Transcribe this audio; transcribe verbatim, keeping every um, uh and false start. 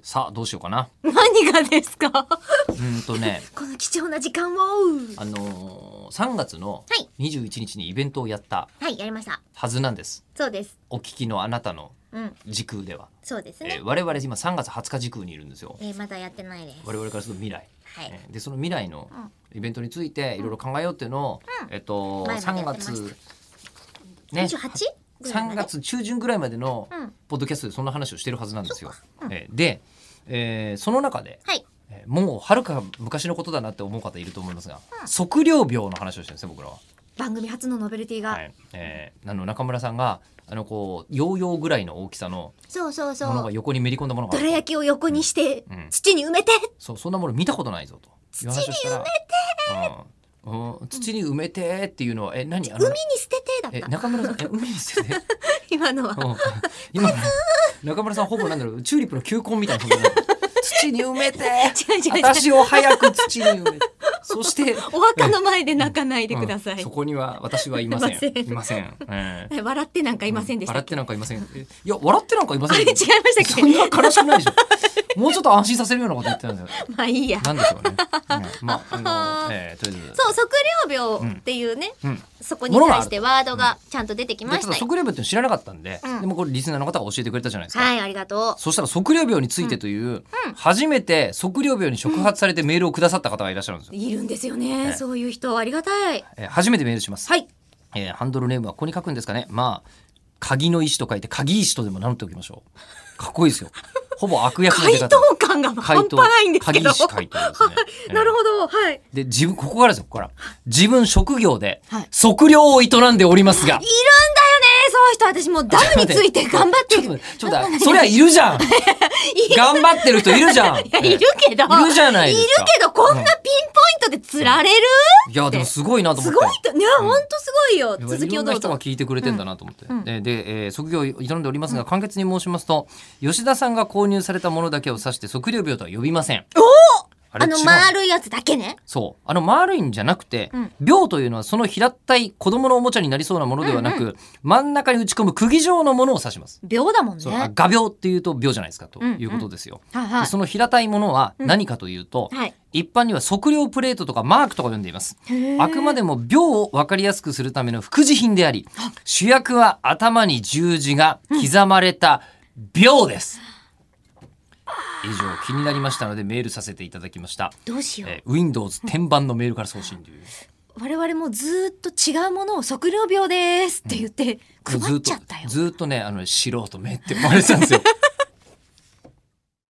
さあどうしようかな。 何がですか？ うんとねこの貴重な時間を。 あのー、さんがつのはいにじゅういちにちにイベントをやったはい、やりました。 はずなんです。 そうです。 お聞きのあなたのうん、 時空では、 そうですね。 えー我々今さんがつはつか時空にいるんですよ。 えー、まだやってないです。 我々からすると未来、 はい。 えーでその未来のうんイベントについていろいろ考えようっていうのを、 うんえっと前まで 3 やってました月ねにじゅうはち？ぐらいま 3 で月中旬ぐらいまでのうん。 ポッドキャストでそんな話をしてるはずなんですよ。 そっかうんえーで、えーその中で、 はい。 えーもうはるか昔のことだなって思う方いると思いますが、 うん測量病の話をしてるんですね僕らは。 番組初のノベルティが。 はいえーあの中村さんがあのこうヨーヨーぐらいの大きさのそうそうそものがう。 横にめり込んだものがあるどら焼きを横にして、 うん土に埋めて。 そうそんなもの見たことないぞという話をしたら、うんうん、土に埋めてっていうのはえ何あの海に捨ててだった。 え中村さんえ海に捨てて今のは。 うん今中村さんほぼなんだろうチューリップの球根みたいな存在なんだ土に埋めて違う違う違う。 私を早く土に埋めてそしてお墓の前で泣かないでくださいうんそ。こには私はいませんいませんいません、えー笑ってなんかいませんでしたっけ？ 笑ってなんかいませんえいや笑ってなんかいませんあれ違いましたっけ？ そんな悲しくないでしょもうちょっと安心させるようなこと言ってたんだよまあいいや。 なんでしょうね、うんまああの、えーとりあえずそう、測量病っていうね、 うんそこに対してワードがちゃんと出てきまでただしたよ。 測量病っていうの知らなかったんで、 うんでもこれリスナーの方が教えてくれたじゃないですか、 はい、ありがとそしたら測量病についてという、 うん初めて測量病に触発されてメールをくださった方がいらっしゃるんですう。 よ、 いるんですよえね。 えそういう人ありがたい。 えー初めてメールします、 はい。 えーハンドルネームはここに書くんですかね。まあ鍵の石と書いて鍵石とでも名乗っておきましょう。かっこいいですよ。ほぼ悪役の出回方答感が半端ないんですけど。 鍵石回答ですね。えーなるほど。はい。 で自分ここからですよ。ここから自分職業ではい測量を営んでおりますが。 いるんだよね。そういう人、私もうダムについて頑張ってる。 ちょっと待ってちょっと待ってそりゃいるじゃん。頑張ってる人いるじゃん。 いや、いるけど。 いるじゃないですかいるけど、こんなピンポイントで釣られる、 いやでもすごいなと思すって。 ごいと、ね、ほんとすごいよ。 いや続きをどうぞいろんな人が。聞いてくれてんだなと思って、 うんでで、えー測量を営んでおりますが、簡潔に申しますと吉田さんが購入されたものだけを指して測量病とは呼びません。ああの違う丸いやつだけね。 そうあの丸いんじゃなくて、 うん秒というのはその平たい子供のおもちゃになりそうなものではなく、 うん真ん中に打ち込む釘状のものを指します。 秒だもんね。 そうあ画鋲っていうと秒じゃないですかとうんうんいうことですよ。 はいはい。 でその平たいものは何かというと、 はい。 一般には測量プレートとかマークとか呼んでいます。あくまでも秒を分かりやすくするための副次品であり、主役は頭に十字が刻まれた秒です。以上気になりましたのでメールさせていただきました。 どうしよう。 えー Windows 天板のメールから送信という。 我々もずーっと違うものを測量病ですって言って配っずっとちゃったよ。 ずっとねあの素人目って思われてたんですよ。